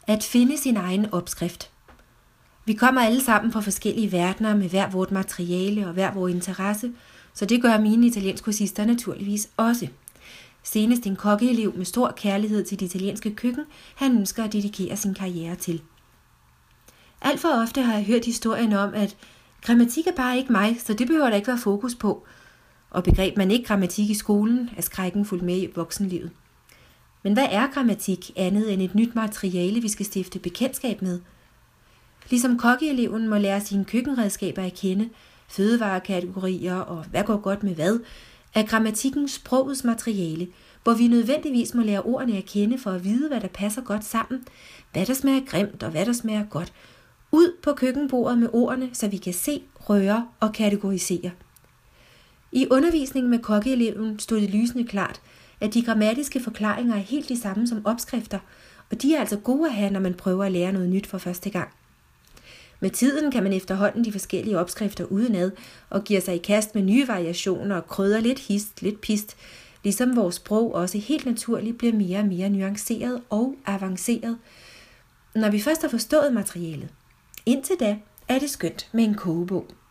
At finde sin egen opskrift. Vi kommer alle sammen fra forskellige verdener med hver vort materiale og hver vores interesse, så det gør mine italienskkursister naturligvis også. Senest en kokkeelev med stor kærlighed til det italienske køkken, han ønsker at dedikere sin karriere til. Alt for ofte har jeg hørt historien om, at grammatik er bare ikke mig, så det behøver der ikke være fokus på. Og begreb man ikke grammatik i skolen, er skrækken fulgt med i voksenlivet. Men hvad er grammatik andet end et nyt materiale, vi skal stifte bekendtskab med? Ligesom kokkeeleven må lære sine køkkenredskaber at kende, fødevarekategorier og hvad går godt med hvad, er grammatikken sprogets materiale, hvor vi nødvendigvis må lære ordene at kende for at vide, hvad der passer godt sammen, hvad der smager grimt og hvad der smager godt, ud på køkkenbordet med ordene, så vi kan se, røre og kategorisere. I undervisningen med kokkeeleven stod det lysende klart, at de grammatiske forklaringer er helt de samme som opskrifter, og de er altså gode at have, når man prøver at lære noget nyt for første gang. Med tiden kan man efterhånden de forskellige opskrifter udenad og giver sig i kast med nye variationer og krydder lidt hist, lidt pist, ligesom vores sprog også helt naturligt bliver mere og mere nuanceret og avanceret, når vi først har forstået materialet. Indtil da er det skønt med en kogebog.